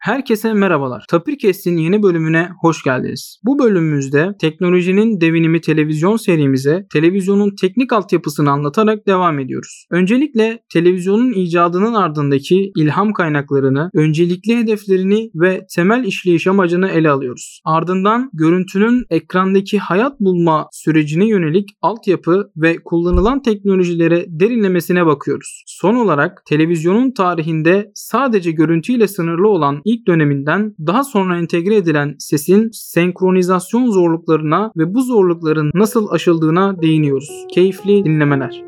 Herkese merhabalar. Tapirkest'in yeni bölümüne hoş geldiniz. Bu bölümümüzde teknolojinin devinimi televizyon serimize televizyonun teknik altyapısını anlatarak devam ediyoruz. Öncelikle televizyonun icadının ardındaki ilham kaynaklarını, öncelikli hedeflerini ve temel işleyiş amacını ele alıyoruz. Ardından görüntünün ekrandaki hayat bulma sürecine yönelik altyapı ve kullanılan teknolojilere derinlemesine bakıyoruz. Son olarak televizyonun tarihinde sadece görüntüyle sınırlı olan ilk döneminden daha sonra entegre edilen sesin senkronizasyon zorluklarına ve bu zorlukların nasıl aşıldığına değiniyoruz. Keyifli dinlemeler.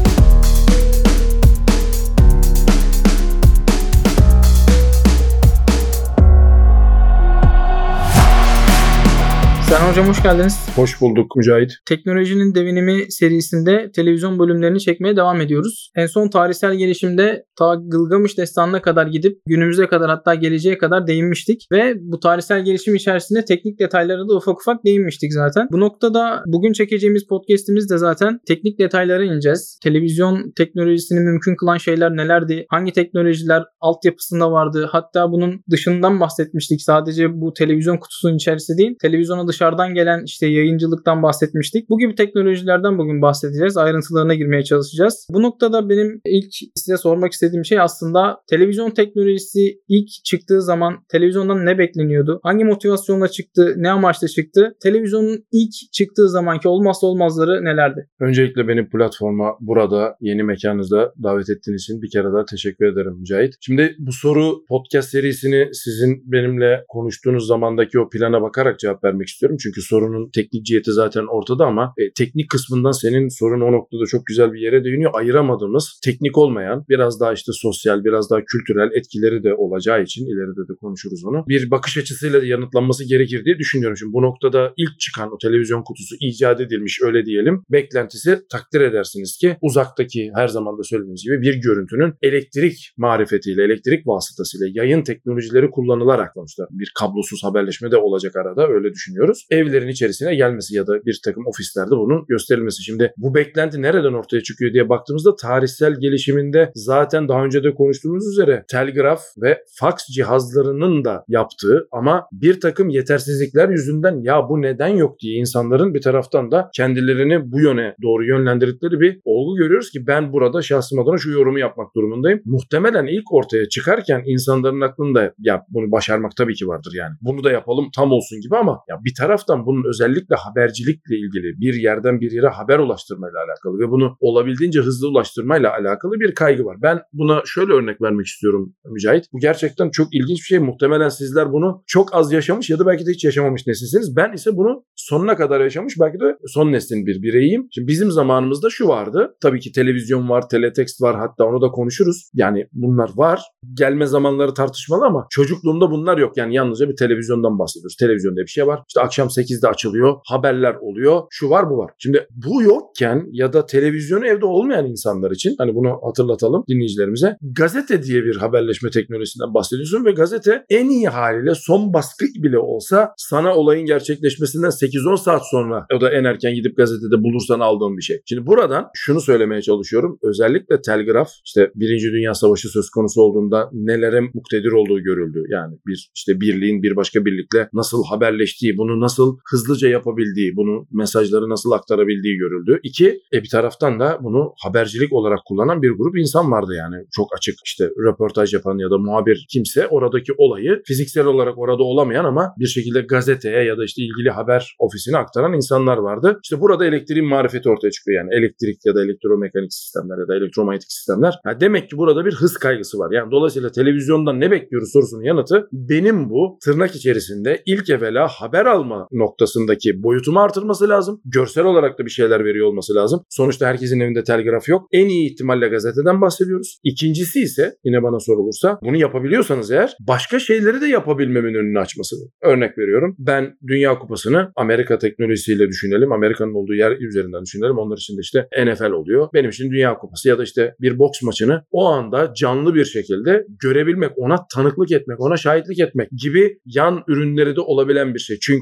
Serhan Hocam hoş geldiniz. Hoş bulduk Mücahit. Teknolojinin devinimi serisinde televizyon bölümlerini çekmeye devam ediyoruz. En son tarihsel gelişimde ta Gılgamış Destanı'na kadar gidip günümüze kadar hatta geleceğe kadar değinmiştik. Ve bu tarihsel gelişim içerisinde teknik detaylara da ufak ufak değinmiştik zaten. Bu noktada bugün çekeceğimiz podcast'imizde zaten teknik detaylara ineceğiz. Televizyon teknolojisini mümkün kılan şeyler nelerdi? Hangi teknolojiler altyapısında vardı? Hatta bunun dışından bahsetmiştik. Sadece bu televizyon kutusunun içerisinde değil. Televizyona dışarıdan gelen yayıncılıktan bahsetmiştik. Bu gibi teknolojilerden bugün bahsedeceğiz. Ayrıntılarına girmeye çalışacağız. Bu noktada benim ilk size sormak istediğim şey aslında televizyon teknolojisi ilk çıktığı zaman televizyondan ne bekleniyordu? Hangi motivasyonla çıktı? Ne amaçla çıktı? Televizyonun ilk çıktığı zamanki olmazsa olmazları nelerdi? Öncelikle beni platforma burada yeni mekanınızda davet ettiğiniz için bir kere daha teşekkür ederim Mücahit. Şimdi bu soru podcast serisini sizin benimle konuştuğunuz zamandaki o plana bakarak cevap vermek istiyorum. Çünkü sorunun teknik ciheti zaten ortada ama teknik kısmından senin sorun o noktada çok güzel bir yere değiniyor. Ayıramadığımız, teknik olmayan, biraz daha sosyal, biraz daha kültürel etkileri de olacağı için ileride de konuşuruz onu. Bir bakış açısıyla da yanıtlanması gerekir diye düşünüyorum. Şimdi bu noktada ilk çıkan o televizyon kutusu icat edilmiş öyle diyelim. Beklentisi takdir edersiniz ki uzaktaki her zaman da söylediğimiz gibi bir görüntünün elektrik marifetiyle, elektrik vasıtasıyla yayın teknolojileri kullanılarak sonuçta bir kablosuz haberleşme de olacak arada öyle düşünüyoruz. Evlerin içerisine gelmesi ya da bir takım ofislerde bunun gösterilmesi. Şimdi bu beklenti nereden ortaya çıkıyor diye baktığımızda tarihsel gelişiminde zaten daha önce de konuştuğumuz üzere telgraf ve faks cihazlarının da yaptığı ama bir takım yetersizlikler yüzünden ya bu neden yok diye insanların bir taraftan da kendilerini bu yöne doğru yönlendirdikleri bir olgu görüyoruz ki ben burada şahsım adına şu yorumu yapmak durumundayım. Muhtemelen ilk ortaya çıkarken insanların aklında ya bunu başarmak tabii ki vardır yani. Bunu da yapalım tam olsun gibi ama ya bir taraftan bunun özellikle habercilikle ilgili bir yerden bir yere haber ulaştırmayla alakalı ve bunu olabildiğince hızlı ulaştırmayla alakalı bir kaygı var. Ben buna şöyle örnek vermek istiyorum Mücahit. Bu gerçekten çok ilginç bir şey. Muhtemelen sizler bunu çok az yaşamış ya da belki de hiç yaşamamış nesilsiniz. Ben ise bunu sonuna kadar yaşamış belki de son neslin bir bireyiyim. Şimdi bizim zamanımızda şu vardı. Tabii ki televizyon var, teletext var hatta onu da konuşuruz. Yani bunlar var. Gelme zamanları tartışmalı ama çocukluğumda bunlar yok. Yani yalnızca bir televizyondan bahsediyoruz. Televizyonda bir şey var. İşte akşam 8'de açılıyor. Haberler oluyor. Şu var bu var. Şimdi bu yokken ya da televizyonu evde olmayan insanlar için hani bunu hatırlatalım dinleyicilerimize. Gazete diye bir haberleşme teknolojisinden bahsediyorsun ve gazete en iyi haliyle son baskı bile olsa sana olayın gerçekleşmesinden 8-10 saat sonra o da en erken gidip gazetede bulursan aldığın bir şey. Şimdi buradan şunu söylemeye çalışıyorum. Özellikle telgraf Birinci Dünya Savaşı söz konusu olduğunda nelere muktedir olduğu görüldü. Yani bir birliğin bir başka birlikle nasıl haberleştiği, bunu nasıl hızlıca yapabildiği, bunu mesajları nasıl aktarabildiği görüldü. İki, bir taraftan da bunu habercilik olarak kullanan bir grup insan vardı yani. Çok açık röportaj yapan ya da muhabir kimse oradaki olayı fiziksel olarak orada olamayan ama bir şekilde gazeteye ya da ilgili haber ofisine aktaran insanlar vardı. Burada elektriğin marifeti ortaya çıkıyor yani elektrik ya da elektromekanik sistemler ya da elektromanyetik sistemler. Yani demek ki burada bir hız kaygısı var. Yani dolayısıyla televizyondan ne bekliyoruz sorusunun yanıtı benim bu tırnak içerisinde ilk evvela haber alma noktasındaki boyutumu artırması lazım. Görsel olarak da bir şeyler veriyor olması lazım. Sonuçta herkesin evinde telgraf yok. En iyi ihtimalle gazeteden bahsediyoruz. İkincisi ise yine bana sorulursa bunu yapabiliyorsanız eğer başka şeyleri de yapabilmemin önünü açmasıdır. Örnek veriyorum. Ben Dünya Kupası'nı Amerika teknolojisiyle düşünelim. Amerika'nın olduğu yer üzerinden düşünelim. Onlar için de NFL oluyor. Benim için Dünya Kupası ya da bir boks maçını o anda canlı bir şekilde görebilmek, ona tanıklık etmek, ona şahitlik etmek gibi yan ürünleri de olabilen bir şey. Çünkü adı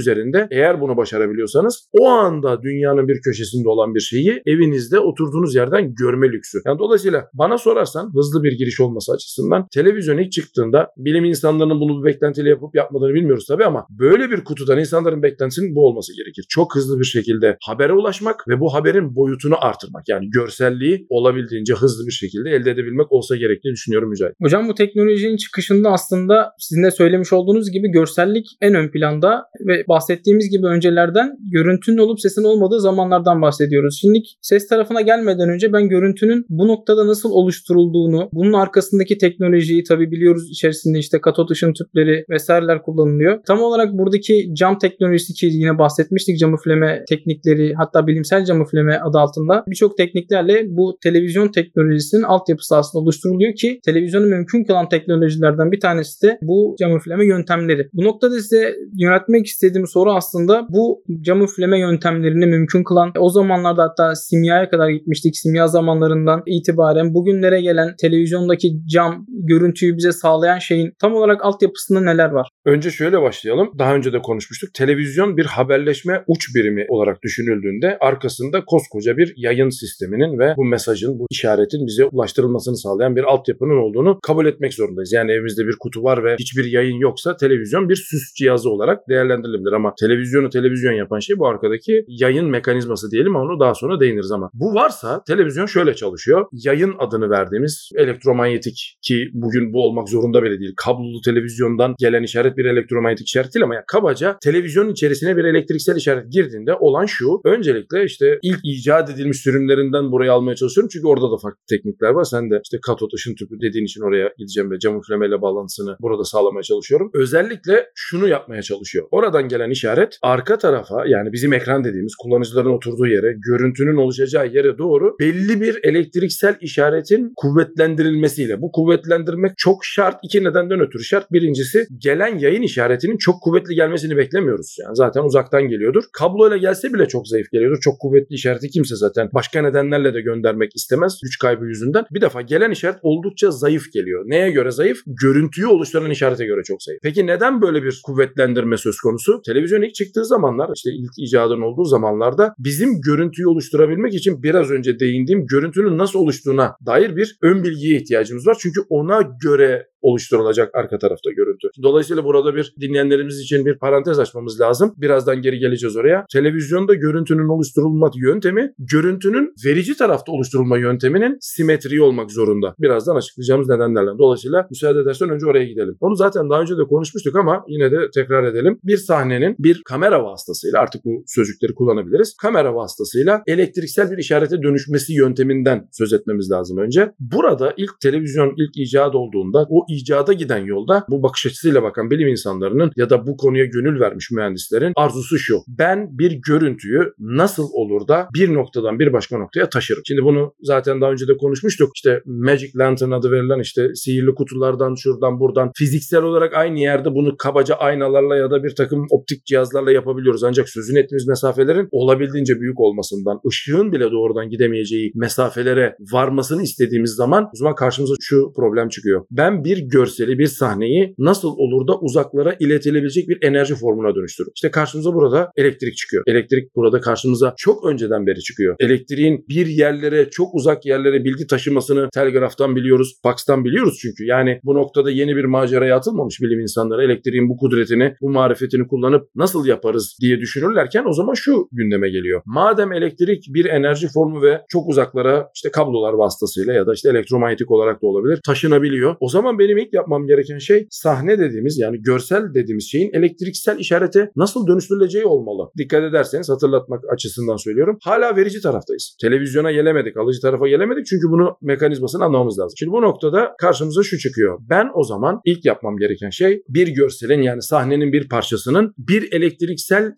üzerinde eğer bunu başarabiliyorsanız o anda dünyanın bir köşesinde olan bir şeyi evinizde oturduğunuz yerden görme lüksü. Yani dolayısıyla bana sorarsan hızlı bir giriş olması açısından televizyon ilk çıktığında bilim insanlarının bunu bir beklentiyle yapıp yapmadığını bilmiyoruz tabii ama böyle bir kutudan insanların beklentisinin bu olması gerekir. Çok hızlı bir şekilde habere ulaşmak ve bu haberin boyutunu artırmak. Yani görselliği olabildiğince hızlı bir şekilde elde edebilmek olsa gerektiğini düşünüyorum Mücahit. Hocam bu teknolojinin çıkışında aslında sizin de söylemiş olduğunuz gibi görsellik en ön planda ve bahsettiğimiz gibi öncelerden görüntünün olup sesin olmadığı zamanlardan bahsediyoruz. Şimdi ses tarafına gelmeden önce ben görüntünün bu noktada nasıl oluşturulduğunu, bunun arkasındaki teknolojiyi tabii biliyoruz, içerisinde işte katot ışın tüpleri vesaireler kullanılıyor. Tam olarak buradaki cam teknolojisi ki yine bahsetmiştik, cam üfleme teknikleri, hatta bilimsel cam üfleme adı altında birçok tekniklerle bu televizyon teknolojisinin altyapısı aslında oluşturuluyor ki televizyonu mümkün kılan teknolojilerden bir tanesi de bu cam üfleme yöntemleri. Bu noktada size yöneltmek istediğim soru aslında bu cam üfleme yöntemlerini mümkün kılan, o zamanlarda hatta simyaya kadar gitmiştik. Simya zamanlarından itibaren bugünlere gelen televizyondaki cam görüntüyü bize sağlayan şeyin tam olarak altyapısında neler var? Önce şöyle başlayalım. Daha önce de konuşmuştuk. Televizyon bir haberleşme uç birimi olarak düşünüldüğünde arkasında koskoca bir yayın sisteminin ve bu mesajın, bu işaretin bize ulaştırılmasını sağlayan bir altyapının olduğunu kabul etmek zorundayız. Yani evimizde bir kutu var ve hiçbir yayın yoksa televizyon bir süs cihazı olarak değerlendirilebilir ama televizyonu televizyon yapan şey bu arkadaki yayın mekanizması diyelim, onu daha sonra değiniriz ama bu varsa televizyon şöyle çalışıyor. Yayın adını verdiğimiz elektromanyetik, ki bugün bu olmak zorunda bile değil. Kablolu televizyondan gelen işaret bir elektromanyetik işaret değil ama ya kabaca televizyonun içerisine bir elektriksel işaret girdiğinde olan şu: öncelikle işte ilk icat edilmiş sürümlerinden buraya almaya çalışıyorum çünkü orada da farklı teknikler var. Sen de işte katot ışın tüpü dediğin için oraya gideceğim ve cam üflemeyle bağlantısını burada sağlamaya çalışıyorum. Özellikle şunu yapmaya çalışıyor. Oradan gelen işaret arka tarafa, yani bizim ekran dediğimiz kullanıcıların oturduğu yere, görüntünün oluşacağı yere doğru belli bir elektriksel işaretin kuvvetlendirilmesiyle. Bu kuvvetlendirmek çok şart. İki nedenden ötürü şart. Birincisi, gelen yayın işaretinin çok kuvvetli gelmesini beklemiyoruz. Yani zaten uzaktan geliyordur. Kabloyla gelse bile çok zayıf geliyordur. Çok kuvvetli işareti kimse zaten başka nedenlerle de göndermek istemez. Güç kaybı yüzünden. Bir defa gelen işaret oldukça zayıf geliyor. Neye göre zayıf? Görüntüyü oluşturan işarete göre çok zayıf. Peki neden böyle bir kuvvetlendirme söz konusu? Televizyon ilk çıktığı zamanlar, işte ilk icadın olduğu zamanlarda bizim görüntüyü oluşturabilmek için biraz önce değindiğim görüntünün nasıl oluştuğuna dair bir ön bilgiye ihtiyacımız var. Çünkü ona göre oluşturulacak arka tarafta görüntü. Dolayısıyla burada bir dinleyenlerimiz için bir parantez açmamız lazım. Birazdan geri geleceğiz oraya. Televizyonda görüntünün oluşturulma yöntemi, görüntünün verici tarafta oluşturulma yönteminin simetriği olmak zorunda. Birazdan açıklayacağımız nedenlerle. Dolayısıyla müsaade edersen önce oraya gidelim. Onu zaten daha önce de konuşmuştuk ama yine de tekrar edelim. Bir sahnenin bir kamera vasıtasıyla, artık bu sözcükleri kullanabiliriz, kamera vasıtasıyla elektriksel bir işarete dönüşmesi yönteminden söz etmemiz lazım önce. Burada ilk televizyon ilk icat olduğunda o icada giden yolda bu bakış açısıyla bakan bilim insanlarının ya da bu konuya gönül vermiş mühendislerin arzusu şu: ben bir görüntüyü nasıl olur da bir noktadan bir başka noktaya taşırım. Şimdi bunu zaten daha önce de konuşmuştuk. İşte Magic Lantern adı verilen işte sihirli kutulardan, şuradan buradan fiziksel olarak aynı yerde bunu kabaca aynalarla ya da bir takım optik cihazlarla yapabiliyoruz. Ancak sözünü ettiğimiz mesafelerin olabildiğince büyük olmasından, ışığın bile doğrudan gidemeyeceği mesafelere varmasını istediğimiz zaman o zaman karşımıza şu problem çıkıyor: ben bir görseli, bir sahneyi nasıl olur da uzaklara iletilebilecek bir enerji formuna dönüştürür. İşte karşımıza burada elektrik çıkıyor. Elektrik burada karşımıza çok önceden beri çıkıyor. Elektriğin bir yerlere, çok uzak yerlere bilgi taşımasını telgraftan biliyoruz, fakstan biliyoruz çünkü. Yani bu noktada yeni bir maceraya atılmamış bilim insanları elektriğin bu kudretini, bu marifetini kullanıp nasıl yaparız diye düşünürlerken o zaman şu gündeme geliyor: madem elektrik bir enerji formu ve çok uzaklara işte kablolar vasıtasıyla ya da işte elektromanyetik olarak da olabilir taşınabiliyor, o zaman benim ilk yapmam gereken şey sahne dediğimiz, yani görsel dediğimiz şeyin elektriksel işarete nasıl dönüştürüleceği olmalı. Dikkat ederseniz, hatırlatmak açısından söylüyorum, hala verici taraftayız. Televizyona gelemedik, alıcı tarafa gelemedik çünkü bunu mekanizmasını anlamamız lazım. Şimdi bu noktada karşımıza şu çıkıyor: ben o zaman ilk yapmam gereken şey bir görselin, yani sahnenin bir parçasının bir elektriksel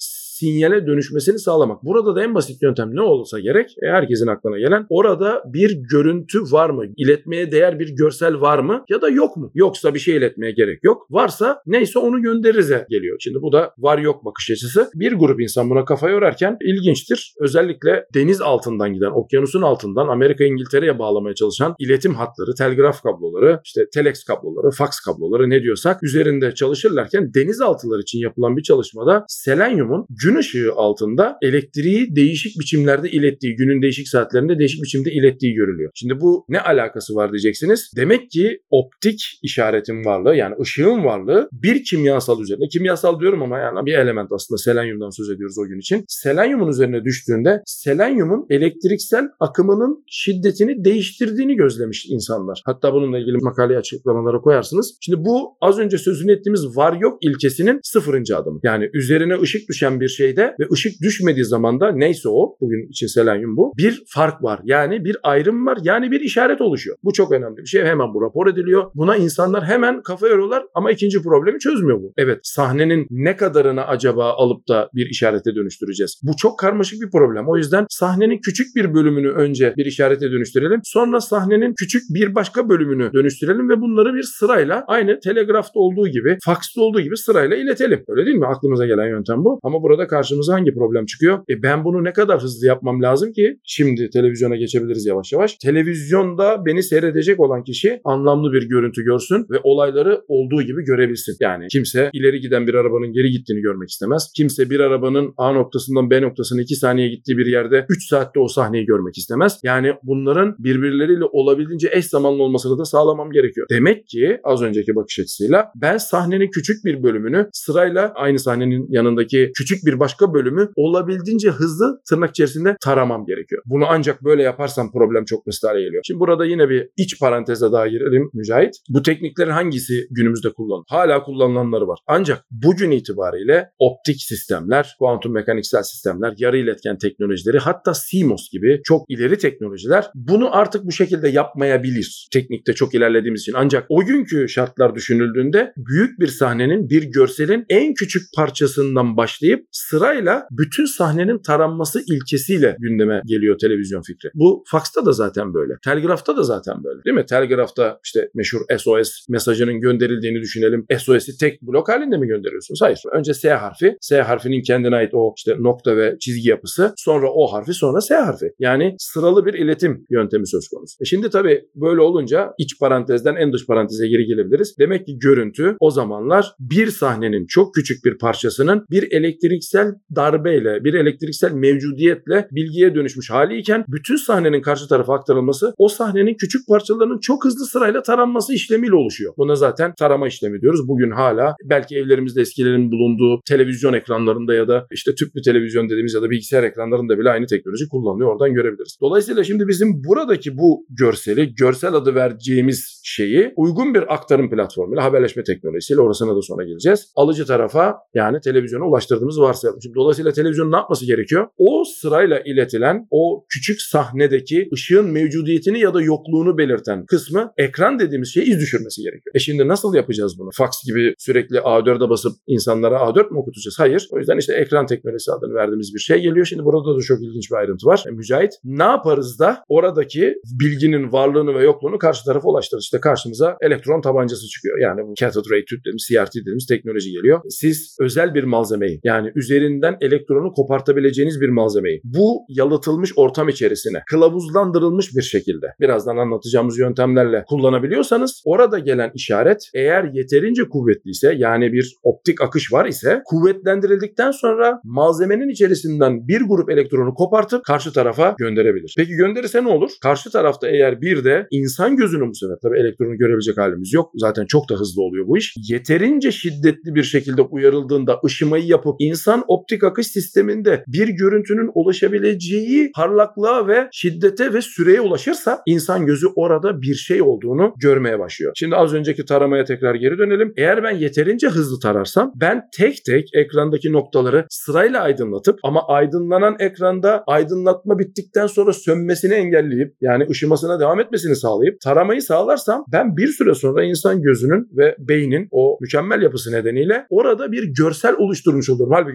sinyale dönüşmesini sağlamak. Burada da en basit yöntem ne olursa gerek, herkesin aklına gelen, orada bir görüntü var mı? İletmeye değer bir görsel var mı? Ya da yok mu? Yoksa bir şey iletmeye gerek yok. Varsa neyse onu gönderirize geliyor. Şimdi bu da var yok bakış açısı. Bir grup insan buna kafa yorarken ilginçtir. Özellikle deniz altından giden, okyanusun altından Amerika İngiltere'ye bağlamaya çalışan iletim hatları, telgraf kabloları, işte telex kabloları, faks kabloları ne diyorsak üzerinde çalışırlarken denizaltılar için yapılan bir çalışmada selenyumun gün ışığı altında elektriği değişik biçimlerde ilettiği, günün değişik saatlerinde değişik biçimde ilettiği görülüyor. Şimdi bu ne alakası var diyeceksiniz. Demek ki optik işaretin varlığı, yani ışığın varlığı bir kimyasal üzerine, kimyasal diyorum ama yani bir element aslında, selenyumdan söz ediyoruz o gün için. Selenyumun üzerine düştüğünde selenyumun elektriksel akımının şiddetini değiştirdiğini gözlemiş insanlar. Hatta bununla ilgili makale açıklamalara koyarsınız. Şimdi bu az önce sözünü ettiğimiz var yok ilkesinin 0. adımı. Yani üzerine ışık düşen bir şeyde ve ışık düşmediği zaman da neyse o, bugün için selenyum bu, bir fark var. Yani bir ayrım var. Yani bir işaret oluşuyor. Bu çok önemli bir şey. Hemen bu rapor ediliyor. Buna insanlar hemen kafa yoruyorlar ama ikinci problemi çözmüyor bu. Evet, sahnenin ne kadarını acaba alıp da bir işarete dönüştüreceğiz? Bu çok karmaşık bir problem. O yüzden sahnenin küçük bir bölümünü önce bir işarete dönüştürelim. Sonra sahnenin küçük bir başka bölümünü dönüştürelim ve bunları bir sırayla, aynı telegrafta olduğu gibi, faksta olduğu gibi sırayla iletelim. Öyle değil mi? Aklımıza gelen yöntem bu. Ama burada karşımıza hangi problem çıkıyor? Ben bunu ne kadar hızlı yapmam lazım ki? Şimdi televizyona geçebiliriz yavaş yavaş. Televizyonda beni seyredecek olan kişi anlamlı bir görüntü görsün ve olayları olduğu gibi görebilsin. Yani kimse ileri giden bir arabanın geri gittiğini görmek istemez. Kimse bir arabanın A noktasından B noktasına 2 saniye gittiği bir yerde 3 saatte o sahneyi görmek istemez. Yani bunların birbirleriyle olabildiğince eş zamanlı olmasını da sağlamam gerekiyor. Demek ki az önceki bakış açısıyla ben sahnenin küçük bir bölümünü sırayla aynı sahnenin yanındaki küçük bir başka bölümü olabildiğince hızlı, tırnak içerisinde, taramam gerekiyor. Bunu ancak böyle yaparsam problem çok basit hale geliyor. Şimdi burada yine bir iç paranteze daha girelim Mücahit. Bu tekniklerin hangisi günümüzde kullanılıyor? Hala kullanılanları var. Ancak bugün itibariyle optik sistemler, kuantum mekaniksel sistemler, yarı iletken teknolojileri, hatta CMOS gibi çok ileri teknolojiler bunu artık bu şekilde yapmayabilir. Teknikte çok ilerlediğimiz için. Ancak o günkü şartlar düşünüldüğünde büyük bir sahnenin, bir görselin en küçük parçasından başlayıp sırayla bütün sahnenin taranması ilkesiyle gündeme geliyor televizyon fikri. Bu faksta da zaten böyle. Telgrafta da zaten böyle. Değil mi? Telgrafta işte meşhur SOS mesajının gönderildiğini düşünelim. SOS'i tek blok halinde mi gönderiyorsunuz? Hayır. Önce S harfi. S harfinin kendine ait o işte nokta ve çizgi yapısı. Sonra O harfi, sonra S harfi. Yani sıralı bir iletim yöntemi söz konusu. Şimdi tabii böyle olunca iç parantezden en dış paranteze geri gelebiliriz. Demek ki görüntü o zamanlar bir sahnenin çok küçük bir parçasının bir elektriksel darbeyle, bir elektriksel mevcudiyetle bilgiye dönüşmüş haliyken bütün sahnenin karşı tarafa aktarılması o sahnenin küçük parçalarının çok hızlı sırayla taranması işlemiyle oluşuyor. Buna zaten tarama işlemi diyoruz. Bugün hala belki evlerimizde eskilerin bulunduğu televizyon ekranlarında ya da işte tüplü televizyon dediğimiz ya da bilgisayar ekranlarında bile aynı teknoloji kullanılıyor. Oradan görebiliriz. Dolayısıyla şimdi bizim buradaki bu görseli, görsel adı vereceğimiz şeyi uygun bir aktarım platformuyla, haberleşme teknolojisiyle, orasına da sonra geleceğiz, alıcı tarafa, yani televizyona ulaştırdığımız varsayalım. Şimdi dolayısıyla televizyonun ne yapması gerekiyor? O sırayla iletilen o küçük sahnedeki ışığın mevcudiyetini ya da yokluğunu belirten kısmı, ekran dediğimiz şeye iz düşürmesi gerekiyor. Şimdi nasıl yapacağız bunu? Fax gibi sürekli A4'e basıp insanlara A4 mü okutacağız? Hayır. O yüzden işte ekran teknolojisi adını verdiğimiz bir şey geliyor. Şimdi burada da çok ilginç bir ayrıntı var. Mücahit, ne yaparız da oradaki bilginin varlığını ve yokluğunu karşı tarafa ulaştırırız? İşte karşımıza elektron tabancası çıkıyor. Yani bu cathode ray tube dediğimiz, CRT dediğimiz teknoloji geliyor. Siz özel bir malzemeyi, yani üzerinden elektronu kopartabileceğiniz bir malzemeyi bu yalıtılmış ortam içerisine kılavuzlandırılmış bir şekilde birazdan anlatacağımız yöntemlerle kullanabiliyorsanız, orada gelen işaret eğer yeterince kuvvetliyse, yani bir optik akış var ise, kuvvetlendirildikten sonra malzemenin içerisinden bir grup elektronu kopartıp karşı tarafa gönderebilir. Peki gönderirse ne olur? Karşı tarafta eğer bir de insan gözünün, bu sefer tabii elektronu görebilecek halimiz yok. Zaten çok da hızlı oluyor bu iş. Yeterince şiddetli bir şekilde uyarıldığında ışımayı yapıp insan optik akış sisteminde bir görüntünün ulaşabileceği parlaklığa ve şiddete ve süreye ulaşırsa insan gözü orada bir şey olduğunu görmeye başlıyor. Şimdi az önceki taramaya tekrar geri dönelim. Eğer ben yeterince hızlı tararsam ben tek tek ekrandaki noktaları sırayla aydınlatıp, ama aydınlanan ekranda aydınlatma bittikten sonra sönmesini engelleyip, yani ışımasına devam etmesini sağlayıp taramayı sağlarsam, ben bir süre sonra insan gözünün ve beynin o mükemmel yapısı nedeniyle orada bir görsel oluşturmuş olurum. Halbuki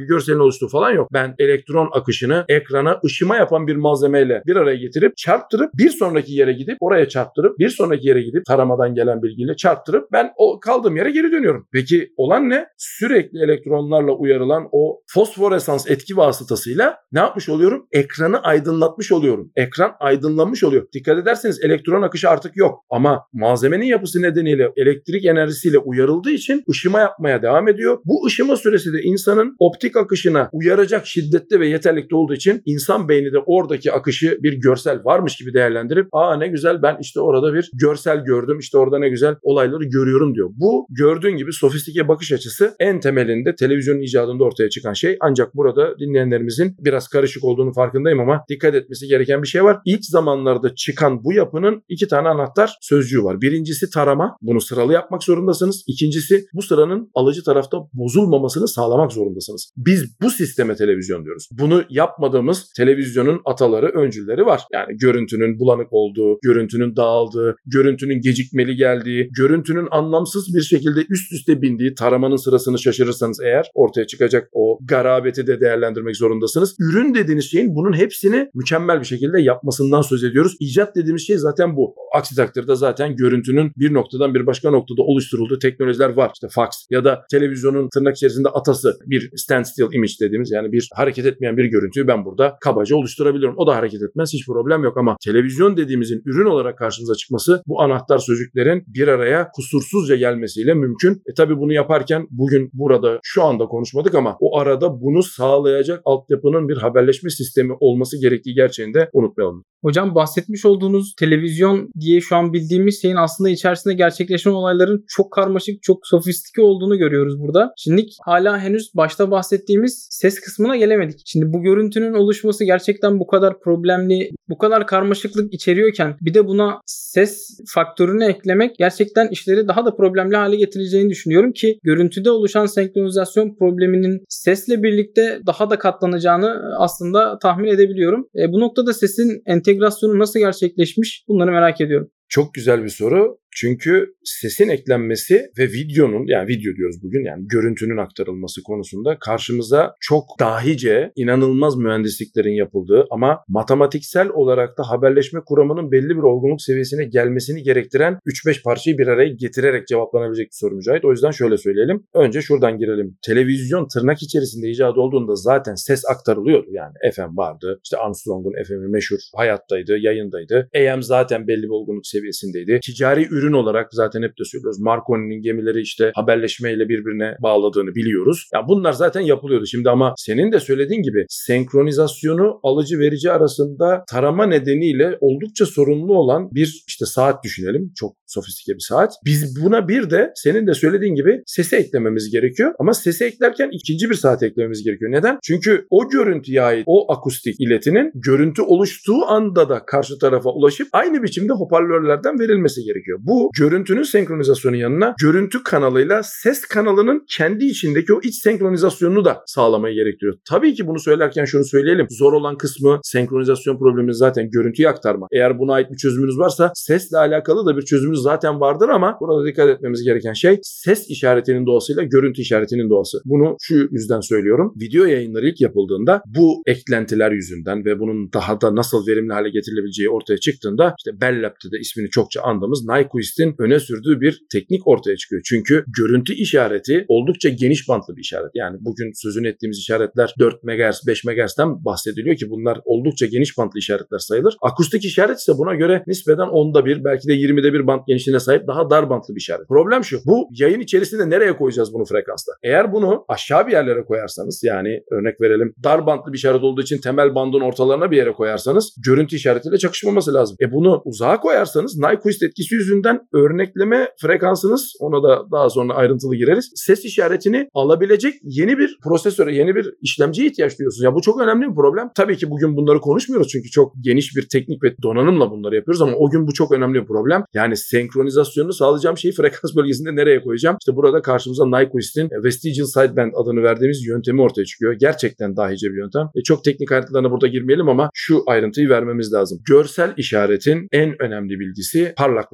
görselin oluştuğu falan yok. Ben elektron akışını ekrana ışıma yapan bir malzemeyle bir araya getirip çarptırıp bir sonraki yere gidip oraya çarptırıp bir sonraki yere gidip taramadan gelen bilgiyle çarptırıp ben o kaldığım yere geri dönüyorum. Peki olan ne? Sürekli elektronlarla uyarılan o fosforesans etki vasıtasıyla ne yapmış oluyorum? Ekranı aydınlatmış oluyorum. Ekran aydınlanmış oluyor. Dikkat ederseniz elektron akışı artık yok. Ama malzemenin yapısı nedeniyle elektrik enerjisiyle uyarıldığı için ışıma yapmaya devam ediyor. Bu ışıma süresi de insanın optik akışına uyaracak şiddette ve yeterlikte olduğu için insan beyni de oradaki akışı bir görsel varmış gibi değerlendirip ne güzel ben işte orada bir görsel gördüm. İşte orada ne güzel olayları görüyorum diyor. Bu gördüğün gibi sofistike bakış açısı en temelinde televizyonun icadında ortaya çıkan şey. Ancak burada dinleyenlerimizin biraz karışık olduğunu farkındayım ama dikkat etmesi gereken bir şey var. İlk zamanlarda çıkan bu yapının 2 tane anahtar sözcüğü var. Birincisi tarama. Bunu sıralı yapmak zorundasınız. İkincisi bu sıranın alıcı tarafta bozulmamasını sağlamak zorundasınız. Biz bu sisteme televizyon diyoruz. Bunu yapmadığımız televizyonun ataları, öncülleri var. Yani görüntünün bulanık olduğu, görüntünün dağıldığı, görüntünün gecikmeli geldiği, görüntünün anlamsız bir şekilde üst üste bindiği, taramanın sırasını şaşırırsanız eğer ortaya çıkacak o garabeti de değerlendirmek zorundasınız. Ürün dediğiniz şeyin bunun hepsini mükemmel bir şekilde yapmasından söz ediyoruz. İcat dediğimiz şey zaten bu. Aksi takdirde zaten görüntünün bir noktadan bir başka noktada oluşturulduğu teknolojiler var. İşte fax ya da televizyonun tırnak içerisinde atası bir standstill image dediğimiz yani bir hareket etmeyen bir görüntüyü ben burada kabaca oluşturabiliyorum. O da hareket etmez. Hiç problem yok ama televizyon dediğimizin ürün olarak karşımıza çıkması bu anahtar sözcüklerin bir araya kusursuzca gelmesiyle mümkün. Tabii bunu yaparken bugün burada şu anda konuşmadık ama o arada bunu sağlayacak altyapının bir haberleşme sistemi olması gerektiği gerçeğini de unutmayalım. Hocam bahsetmiş olduğunuz televizyon diye şu an bildiğimiz şeyin aslında içerisinde gerçekleşen olayların çok karmaşık, çok sofistike olduğunu görüyoruz burada. Şimdi hala henüz başta bahsettiğimiz ses kısmına gelemedik. Şimdi bu görüntünün oluşması gerçekten bu kadar problemli, bu kadar karmaşıklık içeriyorken bir de buna ses faktörünü eklemek gerçekten işleri daha da problemli hale getireceğini düşünüyorum ki görüntüde oluşan senkronizasyon probleminin sesle birlikte daha da katlanacağını aslında tahmin edebiliyorum. Bu noktada sesin entegrasyonu nasıl gerçekleşmiş? Bunları merak ediyorum. Çok güzel bir soru. Çünkü sesin eklenmesi ve videonun yani video diyoruz bugün yani görüntünün aktarılması konusunda karşımıza çok dahice, inanılmaz mühendisliklerin yapıldığı ama matematiksel olarak da haberleşme kuramının belli bir olgunluk seviyesine gelmesini gerektiren 3-5 parçayı bir araya getirerek cevaplanabilecek bir soru Mücahit. O yüzden şöyle söyleyelim. Önce şuradan girelim. Televizyon tırnak içerisinde icat olduğunda zaten ses aktarılıyordu. Yani FM vardı. İşte Armstrong'un FM'i meşhur hayattaydı, yayındaydı. AM zaten belli bir olgunluk seviyesindeydi. Ticari ürün olarak zaten hep de söylüyoruz. Marconi'nin gemileri işte haberleşmeyle birbirine bağladığını biliyoruz. Ya bunlar zaten yapılıyordu. Şimdi ama senin de söylediğin gibi senkronizasyonu alıcı verici arasında tarama nedeniyle oldukça sorunlu olan bir işte saat düşünelim. Çok sofistike bir saat. Biz buna bir de senin de söylediğin gibi sesi eklememiz gerekiyor. Ama sesi eklerken ikinci bir saat eklememiz gerekiyor. Neden? Çünkü o görüntüye ait o akustik iletinin görüntü oluştuğu anda da karşı tarafa ulaşıp aynı biçimde hoparlörlerden verilmesi gerekiyor. Bu görüntünün senkronizasyonu yanına görüntü kanalıyla ses kanalının kendi içindeki o iç senkronizasyonunu da sağlamayı gerektiriyor. Tabii ki bunu söylerken şunu söyleyelim. Zor olan kısmı senkronizasyon problemi zaten görüntüyü aktarma. Eğer buna ait bir çözümünüz varsa sesle alakalı da bir çözümünüz zaten vardır ama burada dikkat etmemiz gereken şey ses işaretinin doğasıyla görüntü işaretinin doğası. Bunu şu yüzden söylüyorum. Video yayınları ilk yapıldığında bu eklentiler yüzünden ve bunun daha da nasıl verimli hale getirilebileceği ortaya çıktığında işte Bell Lab'de de ismini çokça andığımız Nyquist'in öne sürdüğü bir teknik ortaya çıkıyor. Çünkü görüntü işareti oldukça geniş bantlı bir işaret. Yani bugün sözünü ettiğimiz işaretler 4 MHz, 5 MHz'den bahsediliyor ki bunlar oldukça geniş bantlı işaretler sayılır. Akustik işaret ise buna göre nispeten 10'da 1 belki de 20'de 1 bant genişliğine sahip daha dar bantlı bir işaret. Problem şu. Bu yayın içerisinde nereye koyacağız bunu frekansta? Eğer bunu aşağı bir yerlere koyarsanız yani örnek verelim dar bantlı bir işaret olduğu için temel bandın ortalarına bir yere koyarsanız görüntü işaretiyle çakışmaması lazım. Bunu uzağa koyarsanız Nyquist etkisi yüzünden örnekleme frekansınız ona da daha sonra ayrıntılı gireriz. Ses işaretini alabilecek yeni bir prosesöre, yeni bir işlemciye ihtiyaç duyuyorsunuz. Ya bu çok önemli bir problem. Tabii ki bugün bunları konuşmuyoruz çünkü çok geniş bir teknik ve donanımla bunları yapıyoruz ama o gün bu çok önemli bir problem. Yani senkronizasyonunu sağlayacağım şeyi frekans bölgesinde nereye koyacağım? İşte burada karşımıza Nyquist'in Vestigial Sideband adını verdiğimiz yöntemi ortaya çıkıyor. Gerçekten dahice bir yöntem. Çok teknik ayrıntılarına burada girmeyelim ama şu ayrıntıyı vermemiz lazım. Görsel işaretin en önemli bilgisi parlaklık. Az önce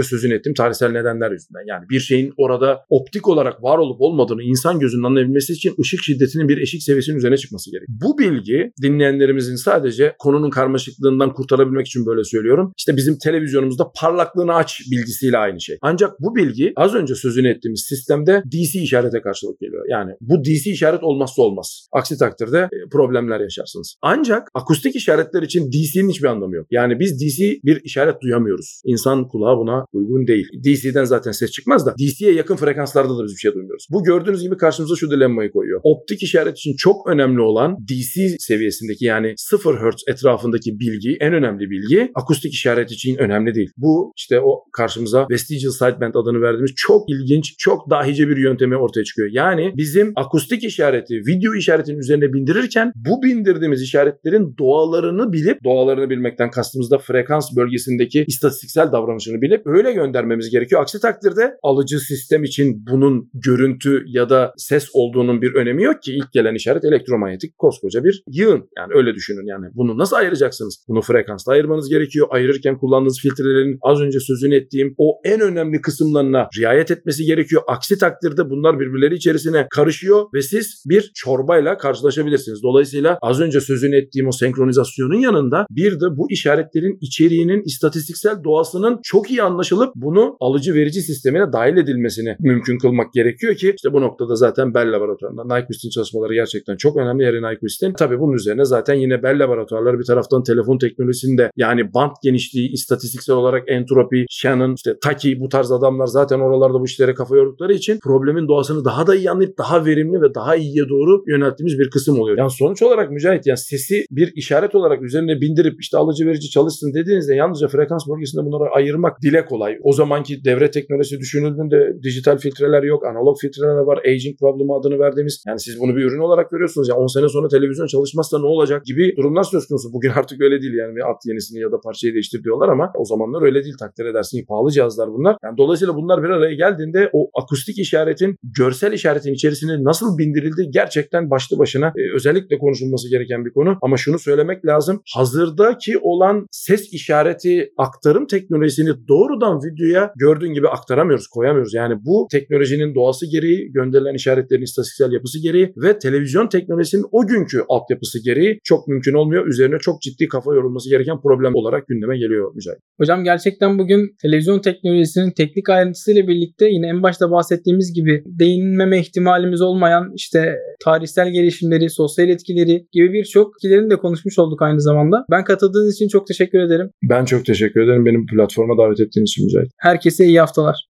sözünü ettiğim tarihsel nedenler yüzünden. Yani bir şeyin orada optik olarak var olup olmadığını insan gözünün anlayabilmesi için ışık şiddetinin bir eşik seviyesinin üzerine çıkması gerekiyor. Bu bilgi dinleyenlerimizin sadece konunun karmaşıklığından kurtarabilmek için böyle söylüyorum. İşte bizim televizyonumuzda parlaklığını aç bilgisiyle aynı şey. Ancak bu bilgi az önce sözünü ettiğimiz sistemde DC işarete karşılık geliyor. Yani bu DC işaret olmazsa olmaz. Aksi takdirde problemler yaşarsınız. Ancak akustik işaretler için DC'nin hiçbir anlamı yok. Yani biz DC bir işaret duyamıyoruz. İnsan kulağı buna uygun değil. DC'den zaten ses çıkmaz da DC'ye yakın frekanslarda da biz bir şey duymuyoruz. Bu gördüğünüz gibi karşımıza şu dilemmayı koyuyor. Optik işaret için çok önemli olan DC seviyesindeki yani 0 Hz etrafındaki bilgi, en önemli bilgi akustik işaret için önemli değil. Bu işte o karşımıza vestigial sideband adını verdiğimiz çok ilginç, çok dahice bir yöntemi ortaya çıkıyor. Yani bizim akustik işareti, video işaretinin üzerine bindirirken bu bindirdiğimiz işaretlerin doğalarını bilmekten kastımızda frekans bölgesindeki istatistiksel davranışını bilip öyle göndermemiz gerekiyor. Aksi takdirde alıcı sistem için bunun görüntü ya da ses olduğunun bir önemi yok ki. İlk gelen işaret elektromanyetik koskoca bir yığın. Yani öyle düşünün yani. Bunu nasıl ayıracaksınız? Bunu frekansla ayırmanız gerekiyor. Ayırırken kullandığınız filtrelerin az önce sözünü ettiğim o en önemli kısımlarına riayet etmesi gerekiyor. Aksi takdirde bunlar birbirleri içerisine karışıyor ve siz bir çorbayla karşılaşabilirsiniz. Dolayısıyla az önce sözünü ettiğim o senkronizasyonun yanında bir de bu işaretlerin içeriğinin istatistiksel doğasının çok iyi anlaşılıp bunu alıcı verici sistemine dahil edilmesini mümkün kılmak gerekiyor ki işte bu noktada zaten Bell laboratuvarında Nyquist'in çalışmaları gerçekten çok önemli. Harry Nyquist'in. Tabii bunun üzerine zaten yine Bell laboratuvarları bir taraftan telefon teknolojisinde yani band genişliği, istatistiksel olarak entropi, Shannon, işte Taki bu tarz adamlar zaten oralarda bu işlere kafa yordukları için problemin doğasını daha da iyi anlayıp daha verimli ve daha iyiye doğru yönelttiğimiz bir kısım oluyor. Yani sonuç olarak Mücahit yani sesi bir işaret olarak üzerine bindirip işte alıcı verici çalışsın dediğinizde yalnızca frekans bölgesinde bunları ayırmak dile kolay. O zamanki devre teknolojisi düşünüldüğünde dijital filtreler yok, analog filtreler var, aging problemi adını verdiğimiz. Yani siz bunu bir ürün olarak görüyorsunuz. Ya 10 sene sonra televizyon çalışmazsa ne olacak gibi durumlar söz konusu. Bugün artık öyle değil yani at yenisini ya da parçayı değiştir diyorlar ama o zamanlar öyle değil, takdir edersin ki pahalı cihazlar bunlar. Yani dolayısıyla bunlar bir araya geldiğinde o akustik işaretin görsel işaretin içerisine nasıl bindirildiği gerçekten başlı başına özellikle konuşulması gereken bir konu. Ama şunu söylemek lazım. Hazırdaki olan ses işareti aktarım teknolojisini doğrudan videoya gördüğün gibi aktaramıyoruz, koyamıyoruz. Yani bu teknolojinin doğası gereği, gönderilen işaretlerin istatistiksel yapısı gereği ve televizyon teknolojisinin o günkü altyapısı gereği çok mümkün olmuyor. Üzerine çok ciddi kafa yorulması gereken problem olarak gündeme geliyor Mücahit. Hocam gerçekten bugün televizyon teknolojisinin teknik ayrıntısıyla birlikte yine en başta bahsettiğimiz gibi değinmeme ihtimalimiz olmayan işte tarihsel gelişimleri, sosyal etkileri gibi birçok etkilerini de konuşmuş olduk aynı zamanda. Ben katıldığınız için çok teşekkür ederim. Ben çok teşekkür ederim benim platforma davet ettiğiniz için Mücahit. Herkese iyi haftalar.